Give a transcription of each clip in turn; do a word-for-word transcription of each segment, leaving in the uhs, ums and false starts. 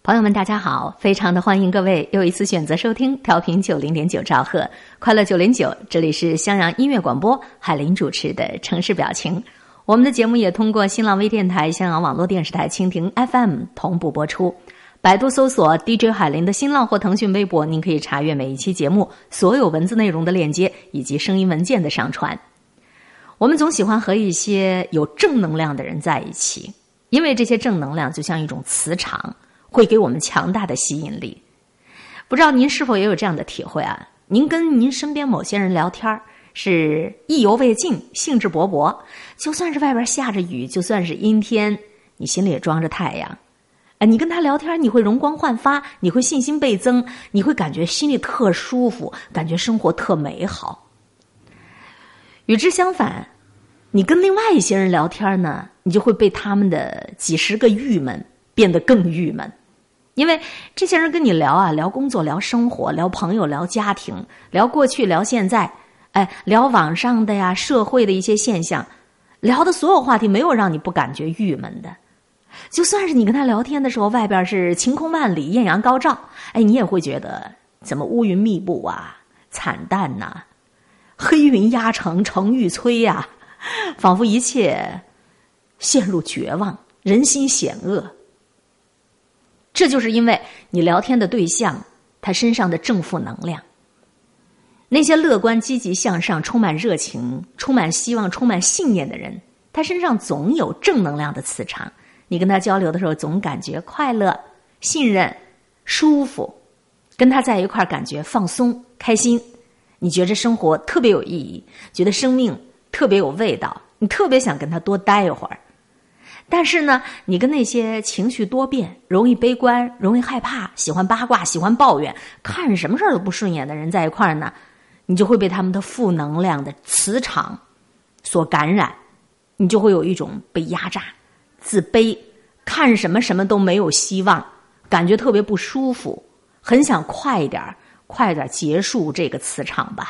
朋友们大家好，非常的欢迎各位又一次选择收听调频九零点九兆赫快乐九零九，这里是襄阳音乐广播，海林主持的城市表情。我们的节目也通过新浪微电台、襄阳网络电视台、蜻蜓 F M 同步播出。百度搜索 D J 海林的新浪或腾讯微博，您可以查阅每一期节目所有文字内容的链接以及声音文件的上传。我们总喜欢和一些有正能量的人在一起，因为这些正能量就像一种磁场，会给我们强大的吸引力。不知道您是否也有这样的体会啊？您跟您身边某些人聊天，是意犹未尽，兴致勃勃，就算是外边下着雨，就算是阴天，你心里也装着太阳。哎，你跟他聊天，你会容光焕发，你会信心倍增，你会感觉心里特舒服，感觉生活特美好。与之相反，你跟另外一些人聊天呢，你就会被他们的几十个郁闷变得更郁闷。因为这些人跟你聊啊，聊工作，聊生活，聊朋友，聊家庭，聊过去，聊现在，哎，聊网上的呀，社会的一些现象，聊的所有话题没有让你不感觉郁闷的。就算是你跟他聊天的时候，外边是晴空万里，艳阳高照，哎，你也会觉得怎么乌云密布啊，惨淡呐、啊，黑云压城，城欲摧呀、啊，仿佛一切陷入绝望，人心险恶。这就是因为你聊天的对象他身上的正负能量。那些乐观积极向上，充满热情，充满希望，充满信念的人，他身上总有正能量的磁场，你跟他交流的时候总感觉快乐、信任、舒服，跟他在一块儿感觉放松、开心，你觉得生活特别有意义，觉得生命特别有味道，你特别想跟他多待一会儿。但是呢，你跟那些情绪多变、容易悲观、容易害怕、喜欢八卦、喜欢抱怨、看什么事儿都不顺眼的人在一块儿呢，你就会被他们的负能量的磁场所感染，你就会有一种被压榨、自卑，看什么什么都没有希望，感觉特别不舒服，很想快一点快点结束这个磁场吧。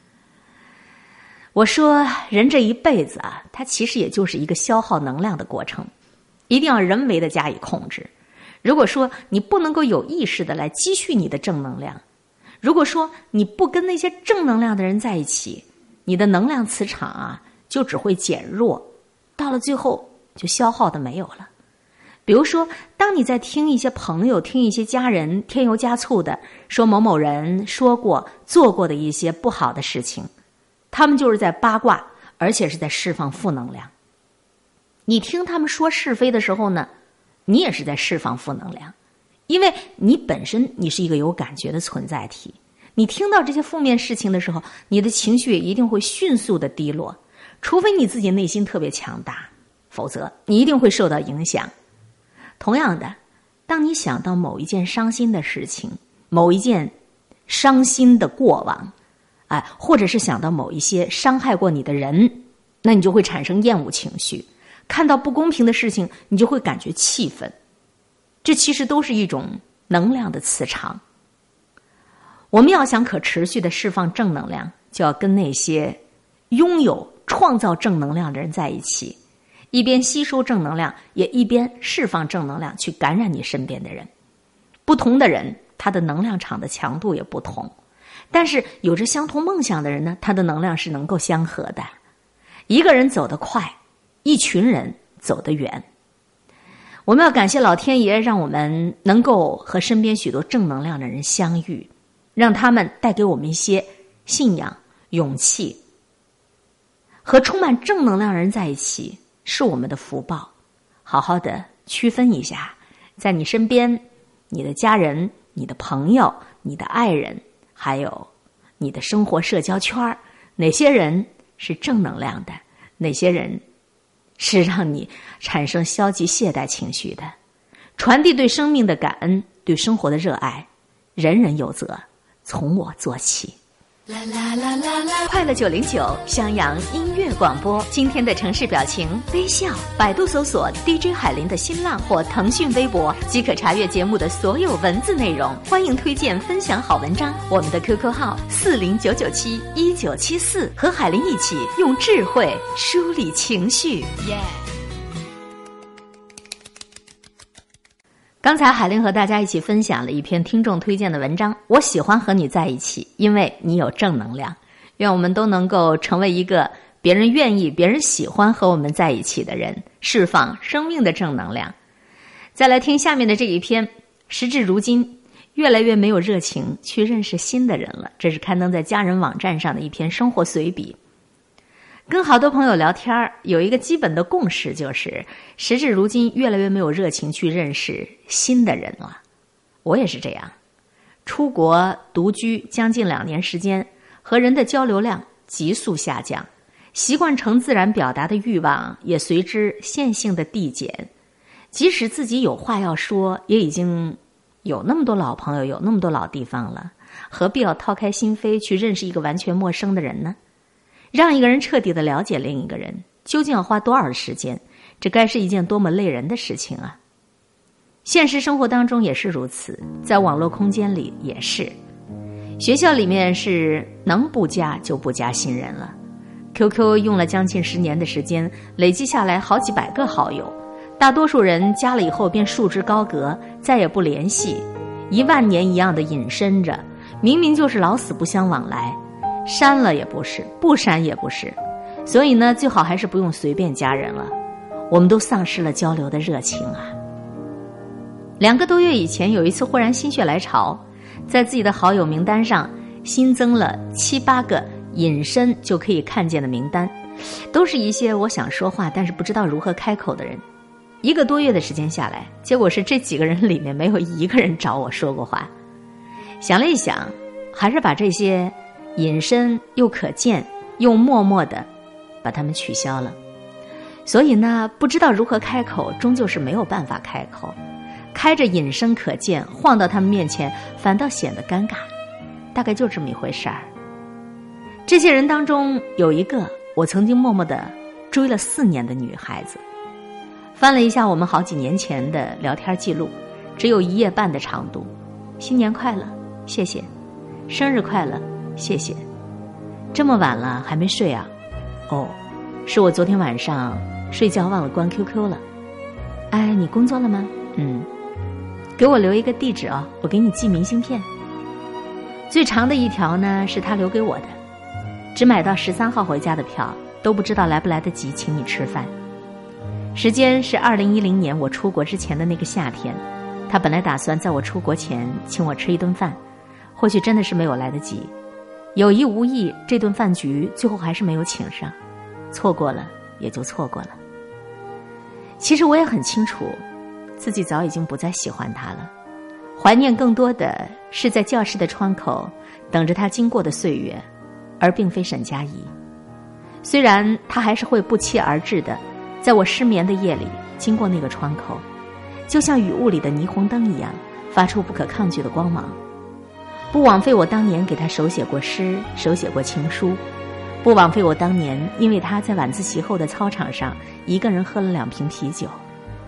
我说人这一辈子啊，它其实也就是一个消耗能量的过程，一定要人为的加以控制。如果说你不能够有意识的来积蓄你的正能量，如果说你不跟那些正能量的人在一起，你的能量磁场啊就只会减弱，到了最后就消耗的没有了。比如说，当你在听一些朋友、听一些家人添油加醋的说某某人说过、做过的一些不好的事情，他们就是在八卦，而且是在释放负能量。你听他们说是非的时候呢，你也是在释放负能量，因为你本身你是一个有感觉的存在体，你听到这些负面事情的时候，你的情绪也一定会迅速的低落，除非你自己内心特别强大，否则你一定会受到影响。同样的，当你想到某一件伤心的事情，某一件伤心的过往，哎，或者是想到某一些伤害过你的人，那你就会产生厌恶情绪，看到不公平的事情，你就会感觉气愤。这其实都是一种能量的磁场。我们要想可持续的释放正能量，就要跟那些拥有创造正能量的人在一起，一边吸收正能量，也一边释放正能量，去感染你身边的人。不同的人，他的能量场的强度也不同，但是有着相同梦想的人呢，他的能量是能够相合的。一个人走得快，一群人走得远。我们要感谢老天爷，让我们能够和身边许多正能量的人相遇，让他们带给我们一些信仰、勇气。和充满正能量的人在一起是我们的福报。好好的区分一下，在你身边，你的家人、你的朋友、你的爱人，还有你的生活社交圈，哪些人是正能量的，哪些人是让你产生消极懈怠情绪的。传递对生命的感恩，对生活的热爱，人人有责，从我做起。啦啦啦啦啦！快乐九零九襄阳音乐广播，今天的城市表情微笑。百度搜索 D J 海林的新浪或腾讯微博，即可查阅节目的所有文字内容。欢迎推荐分享好文章，我们的 Q Q 号四零九九七一九七四，和海林一起用智慧梳理情绪。耶、yeah！ 刚才海玲和大家一起分享了一篇听众推荐的文章，我喜欢和你在一起，因为你有正能量。愿我们都能够成为一个别人愿意、别人喜欢和我们在一起的人，释放生命的正能量。再来听下面的这一篇，时至如今越来越没有热情去认识新的人了，这是刊登在家人网站上的一篇生活随笔。跟好多朋友聊天有一个基本的共识，就是时至如今越来越没有热情去认识新的人了。我也是这样，出国独居将近两年时间，和人的交流量急速下降，习惯成自然表达的欲望也随之线性的递减。即使自己有话要说，也已经有那么多老朋友，有那么多老地方了，何必要掏开心扉去认识一个完全陌生的人呢？让一个人彻底的了解另一个人，究竟要花多少时间？这该是一件多么累人的事情啊！现实生活当中也是如此，在网络空间里也是。学校里面是能不加就不加新人了。Q Q 用了将近十年的时间，累计下来好几百个好友，大多数人加了以后便束之高阁，再也不联系，一万年一样的隐身着，明明就是老死不相往来。删了也不是，不删也不是，所以呢，最好还是不用随便加人了。我们都丧失了交流的热情啊。两个多月以前，有一次忽然心血来潮，在自己的好友名单上新增了七八个隐身就可以看见的名单，都是一些我想说话但是不知道如何开口的人。一个多月的时间下来，结果是这几个人里面没有一个人找我说过话。想了一想，还是把这些隐身又可见又默默的把他们取消了。所以呢，不知道如何开口，终究是没有办法开口。开着隐身可见晃到他们面前，反倒显得尴尬，大概就这么一回事儿。这些人当中有一个我曾经默默的追了四年的女孩子，翻了一下我们好几年前的聊天记录，只有一页半的长度。新年快乐，谢谢。生日快乐，谢谢。这么晚了还没睡啊？哦，是我昨天晚上睡觉忘了关 Q Q 了。哎，你工作了吗？嗯，给我留一个地址哦，我给你寄明信片。最长的一条呢是他留给我的，只买到十三号回家的票，都不知道来不来得及请你吃饭。时间是二零一零年我出国之前的那个夏天，他本来打算在我出国前请我吃一顿饭，或许真的是没有来得及，有意无意这顿饭局最后还是没有请上，错过了也就错过了。其实我也很清楚自己早已经不再喜欢他了，怀念更多的是在教室的窗口等着他经过的岁月，而并非沈佳宜。虽然他还是会不期而至的在我失眠的夜里经过那个窗口，就像雨雾里的霓虹灯一样，发出不可抗拒的光芒。不枉费我当年给他手写过诗，手写过情书，不枉费我当年因为他在晚自习后的操场上一个人喝了两瓶啤酒。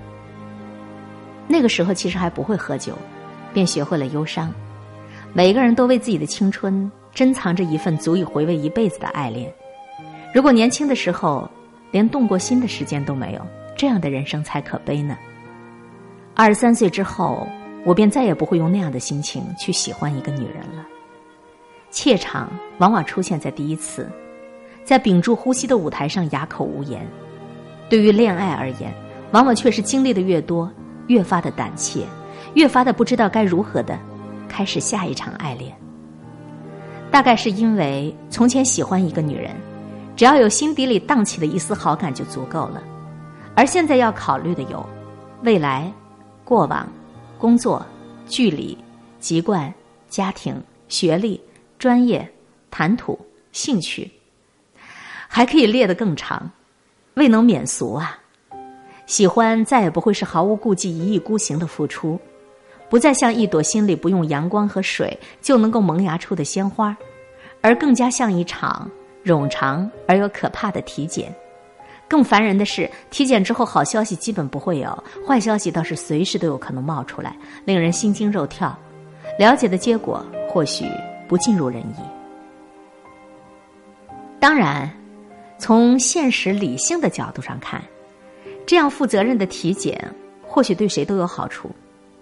那个时候其实还不会喝酒，便学会了忧伤。每个人都为自己的青春珍藏着一份足以回味一辈子的爱恋。如果年轻的时候连动过心的时间都没有，这样的人生才可悲呢。二十三岁之后，我便再也不会用那样的心情去喜欢一个女人了。怯场往往出现在第一次，在屏住呼吸的舞台上哑口无言。对于恋爱而言，往往却是经历的越多，越发的胆怯，越发的不知道该如何的开始下一场爱恋。大概是因为从前喜欢一个女人，只要有心底里荡起的一丝好感就足够了，而现在要考虑的有未来、过往、工作、距离、籍贯、家庭、学历、专业、谈吐、兴趣，还可以列得更长，未能免俗啊。喜欢再也不会是毫无顾忌一意孤行的付出，不再像一朵心里不用阳光和水就能够萌芽出的鲜花，而更加像一场冗长而又可怕的体检。更烦人的是，体检之后好消息基本不会有，坏消息倒是随时都有可能冒出来，令人心惊肉跳。了解的结果或许不尽如人意。当然，从现实理性的角度上看，这样负责任的体检或许对谁都有好处。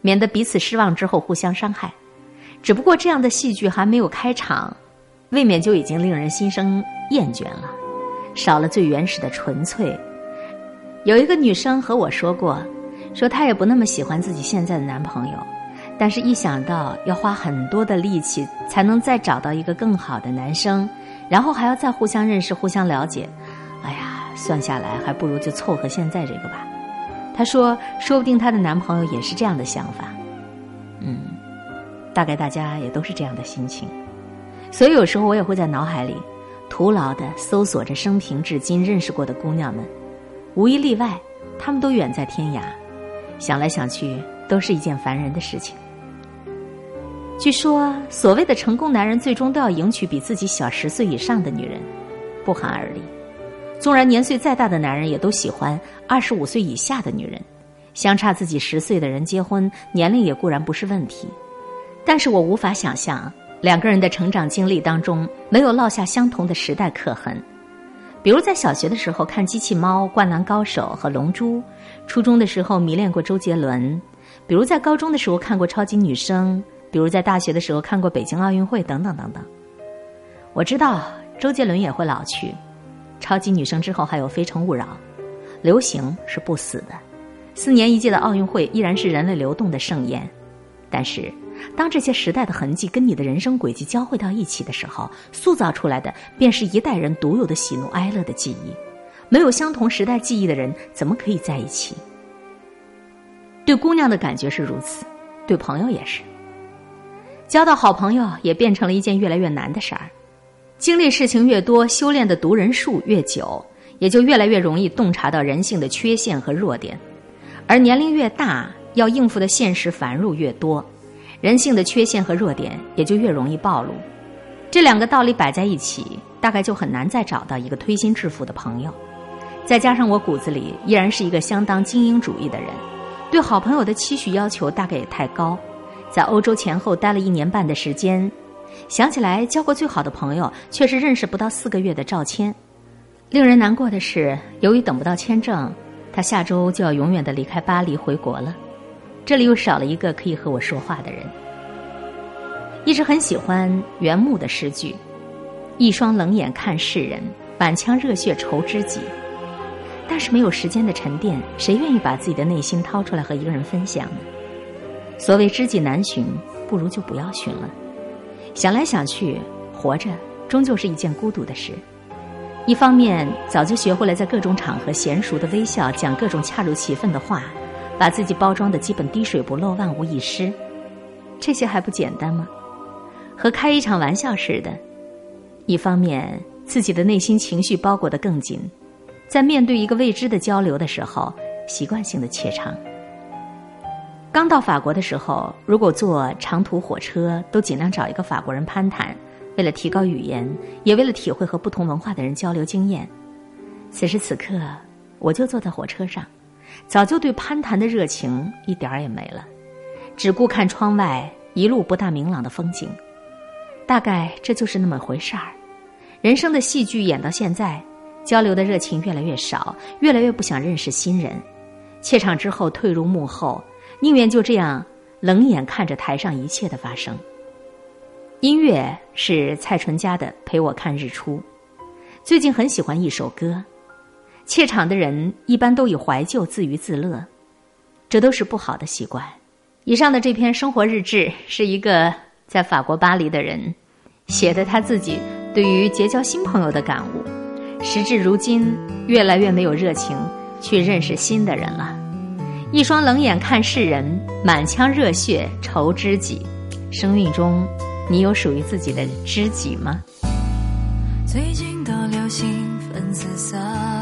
免得彼此失望之后互相伤害。只不过这样的戏剧还没有开场，未免就已经令人心生厌倦了，少了最原始的纯粹。有一个女生和我说过，说她也不那么喜欢自己现在的男朋友，但是一想到要花很多的力气才能再找到一个更好的男生，然后还要再互相认识互相了解，哎呀，算下来还不如就凑合现在这个吧。她说说不定她的男朋友也是这样的想法。嗯，大概大家也都是这样的心情。所以有时候我也会在脑海里徒劳地搜索着生平至今认识过的姑娘们，无一例外她们都远在天涯，想来想去都是一件烦人的事情。据说所谓的成功男人最终都要迎娶比自己小十岁以上的女人，不寒而栗。纵然年岁再大的男人也都喜欢二十五岁以下的女人，相差自己十岁的人结婚，年龄也固然不是问题，但是我无法想象两个人的成长经历当中没有落下相同的时代刻痕。比如在小学的时候看机器猫、灌篮高手和龙珠，初中的时候迷恋过周杰伦，比如在高中的时候看过超级女声，比如在大学的时候看过北京奥运会等等等等。我知道周杰伦也会老去，超级女声之后还有非诚勿扰，流行是不死的，四年一届的奥运会依然是人类流动的盛宴。但是当这些时代的痕迹跟你的人生轨迹交汇到一起的时候，塑造出来的便是一代人独有的喜怒哀乐的记忆。没有相同时代记忆的人怎么可以在一起？对姑娘的感觉是如此，对朋友也是。交到好朋友也变成了一件越来越难的事儿。经历事情越多，修炼的读人术越久，也就越来越容易洞察到人性的缺陷和弱点。而年龄越大，要应付的现实繁缛越多，人性的缺陷和弱点也就越容易暴露。这两个道理摆在一起，大概就很难再找到一个推心置腹的朋友。再加上我骨子里依然是一个相当精英主义的人，对好朋友的期许要求大概也太高。在欧洲前后待了一年半的时间，想起来交过最好的朋友却是认识不到四个月的赵谦。令人难过的是，由于等不到签证，他下周就要永远地离开巴黎回国了。这里又少了一个可以和我说话的人。一直很喜欢袁牧的诗句，一双冷眼看世人，满腔热血愁知己。但是没有时间的沉淀，谁愿意把自己的内心掏出来和一个人分享呢？所谓知己难寻，不如就不要寻了。想来想去，活着终究是一件孤独的事。一方面早就学会了在各种场合娴熟的微笑，讲各种恰如其分的话，把自己包装的基本滴水不漏，万无一失。这些还不简单吗？和开一场玩笑似的。一方面自己的内心情绪包裹得更紧，在面对一个未知的交流的时候，习惯性的怯场。刚到法国的时候，如果坐长途火车，都尽量找一个法国人攀谈，为了提高语言，也为了体会和不同文化的人交流经验。此时此刻，我就坐在火车上，早就对攀谈的热情一点儿也没了，只顾看窗外一路不大明朗的风景。大概这就是那么回事儿。人生的戏剧演到现在，交流的热情越来越少，越来越不想认识新人。怯场之后退入幕后，宁愿就这样冷眼看着台上一切的发生。音乐是蔡淳佳的《陪我看日出》，最近很喜欢一首歌。怯场的人一般都以怀旧自娱自乐，这都是不好的习惯。以上的这篇生活日志是一个在法国巴黎的人写的，他自己对于结交新朋友的感悟。时至如今，越来越没有热情去认识新的人了。一双冷眼看世人，满腔热血愁知己。生命中你有属于自己的知己吗？ 最近都流行粉紫色，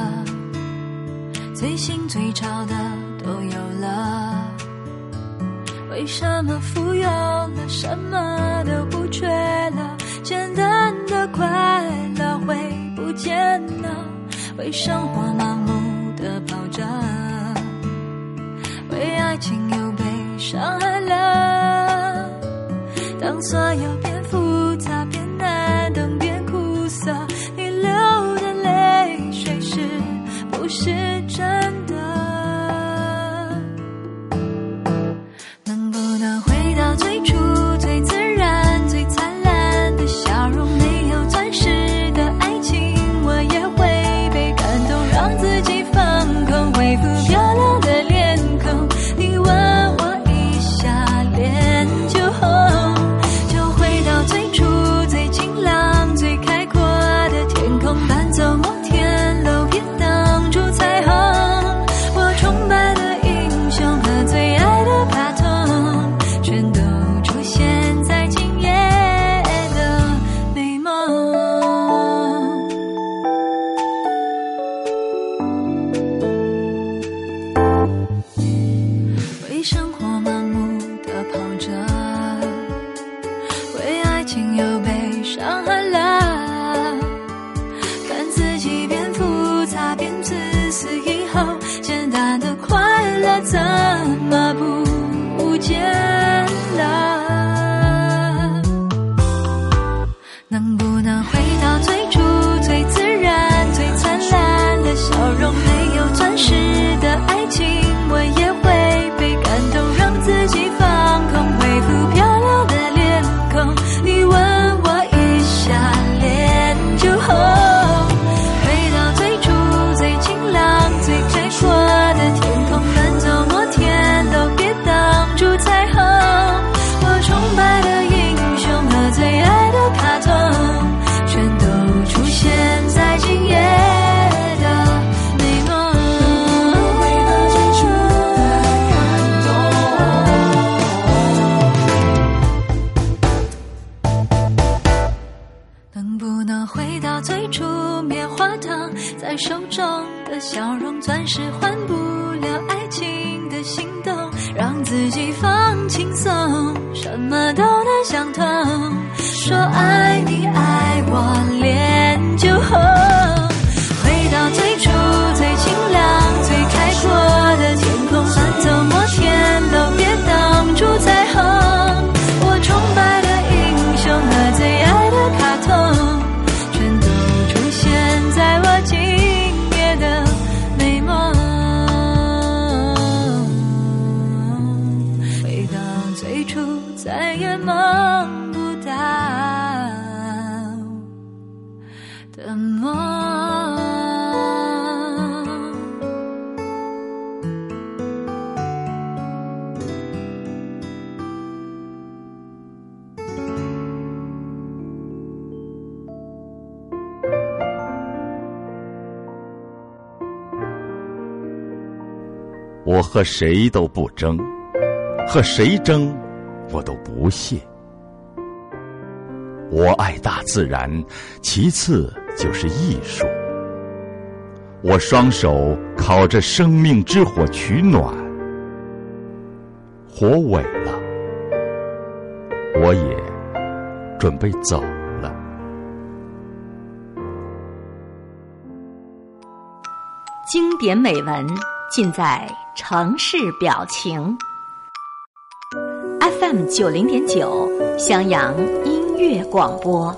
最新最潮的都有了，为什么富有了什么都不缺了，简单的快乐会不见了，为生活盲目的跑着，为爱情又被伤害了。当所有变复杂变难等变苦涩，你流的泪水是不是真的？能不在手中的笑容，钻石换不了爱情的心动，让自己放轻松，什么都能想通，说爱你爱我恋就红，回到最初最清亮最开阔的天空，翻走摩天楼，别挡住彩虹，我崇拜的英雄和最爱的卡通，全都出现在我今夜的美梦，回到最初再也梦不到的梦。 我和谁都不争，和谁争我都不屑。我爱大自然，其次就是艺术。我双手烤着生命之火取暖，火萎了，我也准备走了。 经典美文尽在城市表情。 F M 九零点九襄阳音乐广播。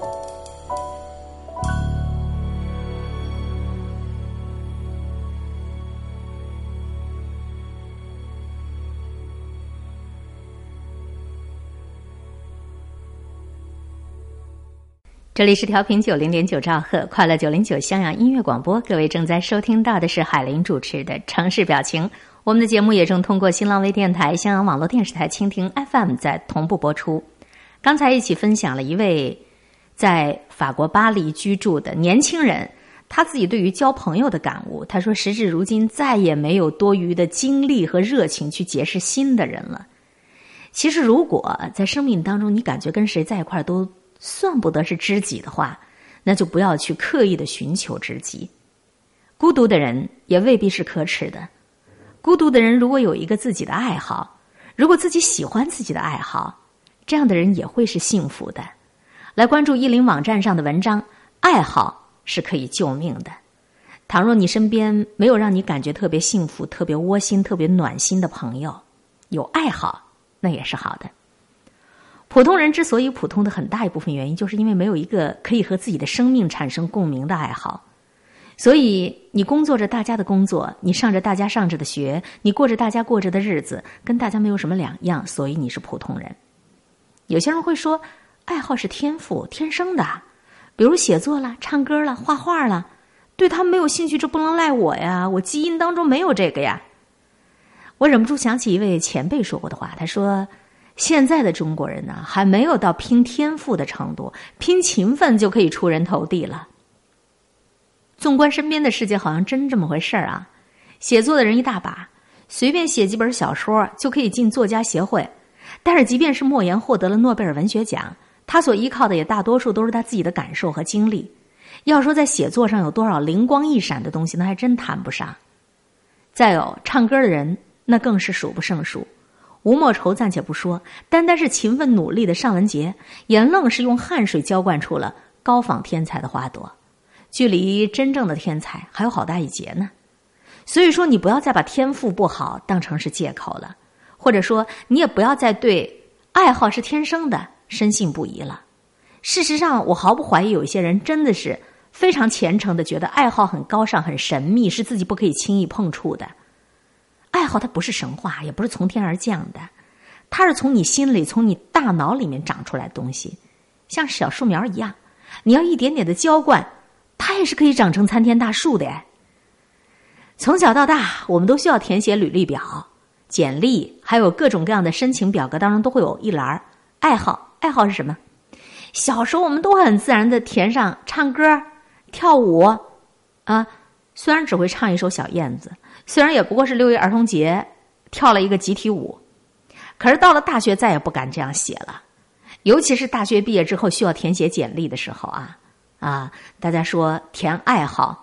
这里是调频九零点九兆赫，快乐九零九襄阳音乐广播。各位正在收听到的是海林主持的城市表情。我们的节目也正通过新浪微电台、襄阳网络电视台、蜻蜓 F M 在同步播出。刚才一起分享了一位在法国巴黎居住的年轻人，他自己对于交朋友的感悟。他说，时至如今再也没有多余的精力和热情去结识新的人了。其实如果在生命当中你感觉跟谁在一块都算不得是知己的话，那就不要去刻意的寻求知己。孤独的人也未必是可耻的。孤独的人如果有一个自己的爱好，如果自己喜欢自己的爱好，这样的人也会是幸福的。来关注一零网站上的文章，爱好是可以救命的。倘若你身边没有让你感觉特别幸福、特别窝心、特别暖心的朋友，有爱好那也是好的。普通人之所以普通的很大一部分原因，就是因为没有一个可以和自己的生命产生共鸣的爱好。所以你工作着大家的工作，你上着大家上着的学，你过着大家过着的日子，跟大家没有什么两样，所以你是普通人。有些人会说，爱好是天赋，天生的，比如写作啦、唱歌啦、画画啦，对他们没有兴趣，这不能赖我呀，我基因当中没有这个呀。我忍不住想起一位前辈说过的话，他说，现在的中国人呢，还没有到拼天赋的程度，拼勤奋就可以出人头地了。纵观身边的世界，好像真这么回事啊！写作的人一大把，随便写几本小说就可以进作家协会。但是即便是莫言获得了诺贝尔文学奖，他所依靠的也大多数都是他自己的感受和经历。要说在写作上有多少灵光一闪的东西，那还真谈不上。再有唱歌的人，那更是数不胜数。吴莫愁暂且不说，单单是勤奋努力的尚雯婕，也愣是用汗水浇灌出了高仿天才的花朵。距离真正的天才还有好大一截呢。所以说，你不要再把天赋不好当成是借口了，或者说你也不要再对爱好是天生的深信不疑了。事实上，我毫不怀疑有一些人真的是非常虔诚的觉得爱好很高尚很神秘，是自己不可以轻易碰触的。爱好它不是神话，也不是从天而降的，它是从你心里从你大脑里面长出来的东西，像小树苗一样，你要一点点的浇灌，它也是可以长成参天大树的。从小到大，我们都需要填写履历表、简历，还有各种各样的申请表格当中都会有一栏爱好。爱好是什么？小时候我们都很自然的填上唱歌、跳舞啊，虽然只会唱一首小燕子，虽然也不过是六一儿童节跳了一个集体舞，可是到了大学再也不敢这样写了。尤其是大学毕业之后需要填写简历的时候啊啊，大家说填爱好，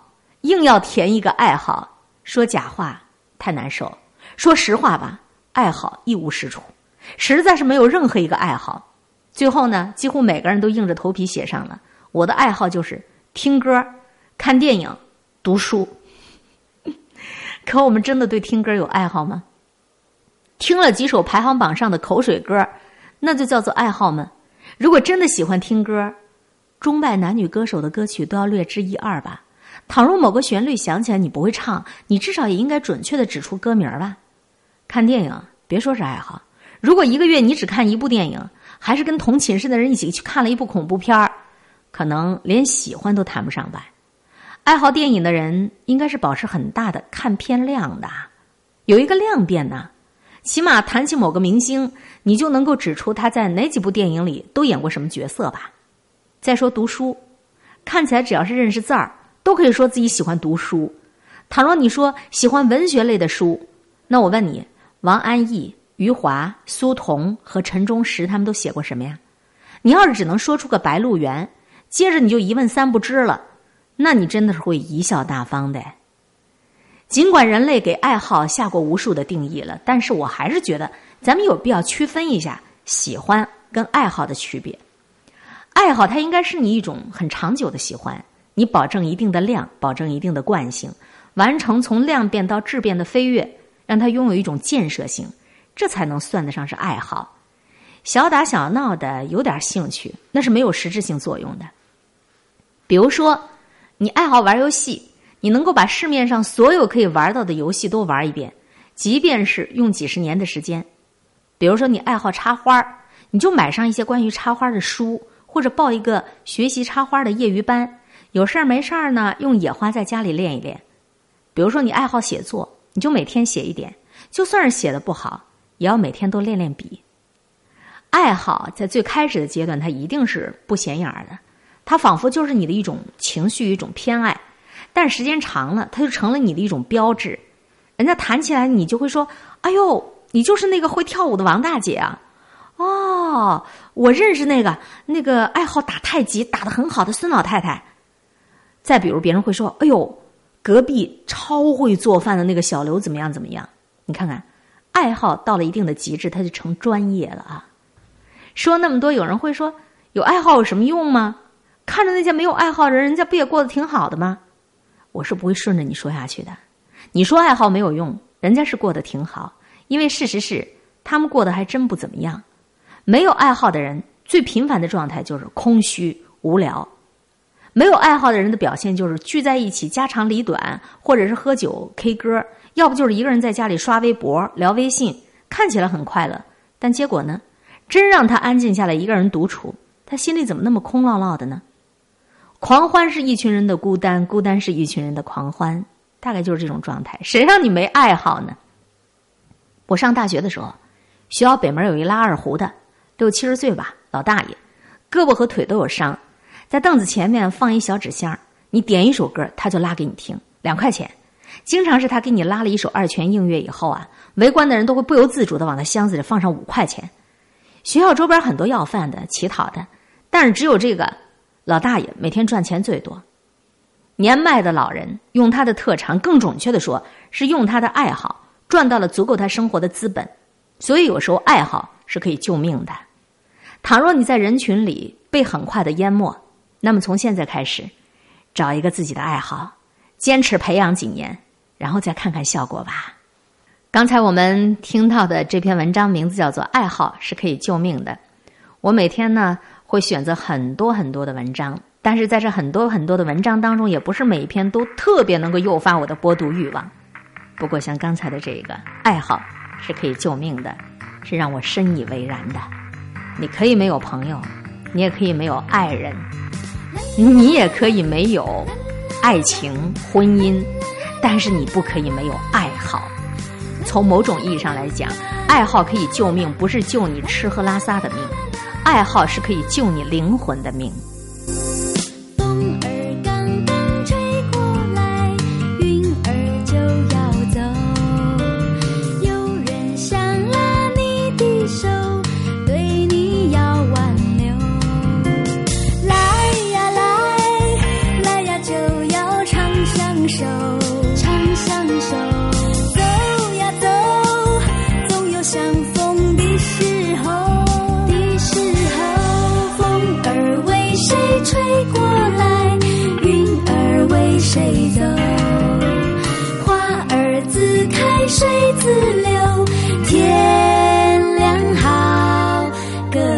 硬要填一个爱好，说假话太难受，说实话吧，爱好一无是处，实在是没有任何一个爱好。最后呢，几乎每个人都硬着头皮写上了我的爱好就是听歌、看电影、读书。可我们真的对听歌有爱好吗？听了几首排行榜上的口水歌，那就叫做爱好吗？如果真的喜欢听歌，中外男女歌手的歌曲都要略知一二吧。倘若某个旋律想起来你不会唱，你至少也应该准确地指出歌名吧。看电影别说是爱好，如果一个月你只看一部电影，还是跟同寝室的人一起去看了一部恐怖片，可能连喜欢都谈不上吧。爱好电影的人应该是保持很大的看片量的，有一个量变呢，起码谈起某个明星，你就能够指出他在哪几部电影里都演过什么角色吧。再说读书，看起来只要是认识字儿，都可以说自己喜欢读书。倘若你说喜欢文学类的书，那我问你，王安忆、余华、苏童和陈忠实他们都写过什么呀？你要是只能说出个白鹿原，接着你就一问三不知了，那你真的是会贻笑大方的。尽管人类给爱好下过无数的定义了，但是我还是觉得咱们有必要区分一下喜欢跟爱好的区别。爱好它应该是你一种很长久的喜欢，你保证一定的量，保证一定的惯性，完成从量变到质变的飞跃，让它拥有一种建设性，这才能算得上是爱好。小打小闹的有点兴趣，那是没有实质性作用的。比如说你爱好玩游戏，你能够把市面上所有可以玩到的游戏都玩一遍，即便是用几十年的时间。比如说你爱好插花，你就买上一些关于插花的书，或者报一个学习插花的业余班，有事儿没事儿呢，用野花在家里练一练。比如说你爱好写作，你就每天写一点，就算是写的不好，也要每天都练练笔。爱好在最开始的阶段，它一定是不显眼的，它仿佛就是你的一种情绪，一种偏爱，但时间长了，它就成了你的一种标志。人家谈起来，你就会说，哎呦，你就是那个会跳舞的王大姐啊。哦，我认识那个那个爱好打太极打得很好的孙老太太。再比如别人会说，哎呦，隔壁超会做饭的那个小刘怎么样怎么样。你看看，爱好到了一定的极致，它就成专业了啊。说那么多，有人会说，有爱好有什么用吗？看着那些没有爱好的人，人家不也过得挺好的吗？我是不会顺着你说下去的。你说爱好没有用，人家是过得挺好，因为事实是他们过得还真不怎么样。没有爱好的人最频繁的状态就是空虚无聊，没有爱好的人的表现就是聚在一起家长里短，或者是喝酒 K 歌，要不就是一个人在家里刷微博聊微信，看起来很快乐，但结果呢，真让他安静下来一个人独处，他心里怎么那么空落落的呢？狂欢是一群人的孤单，孤单是一群人的狂欢，大概就是这种状态。谁让你没爱好呢？我上大学的时候，学校北门有一拉二胡的，六七十岁吧，老大爷，胳膊和腿都有伤，在凳子前面放一小纸箱，你点一首歌，他就拉给你听，两块钱。经常是他给你拉了一首二泉映月以后啊，围观的人都会不由自主地往他箱子里放上五块钱。学校周边很多要饭的、乞讨的，但是只有这个老大爷每天赚钱最多。年迈的老人用他的特长，更准确地说是用他的爱好赚到了足够他生活的资本。所以有时候爱好是可以救命的。倘若你在人群里被很快的淹没，那么从现在开始找一个自己的爱好，坚持培养几年，然后再看看效果吧。刚才我们听到的这篇文章名字叫做《爱好是可以救命的》。我每天呢会选择很多很多的文章，但是在这很多很多的文章当中，也不是每一篇都特别能够诱发我的播读欲望。不过像刚才的这个爱好是可以救命的，是让我深以为然的。你可以没有朋友，你也可以没有爱人，你也可以没有爱情婚姻，但是你不可以没有爱好。从某种意义上来讲，爱好可以救命，不是救你吃喝拉撒的命，爱好是可以救你灵魂的命。 风儿刚刚吹过来，云儿就要走，有人想拉你的手，对你要挽留。来呀来，来呀就要长相守。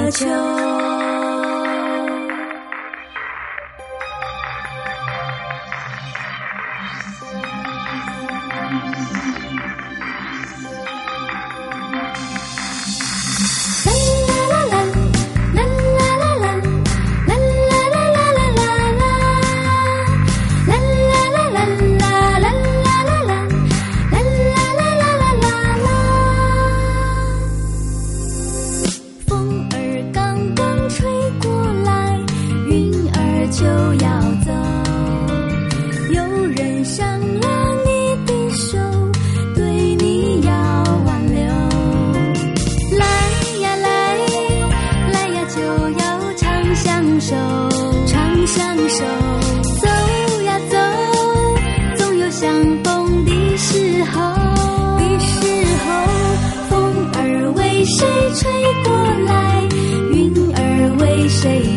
的秋。 谁吹过来，云儿为谁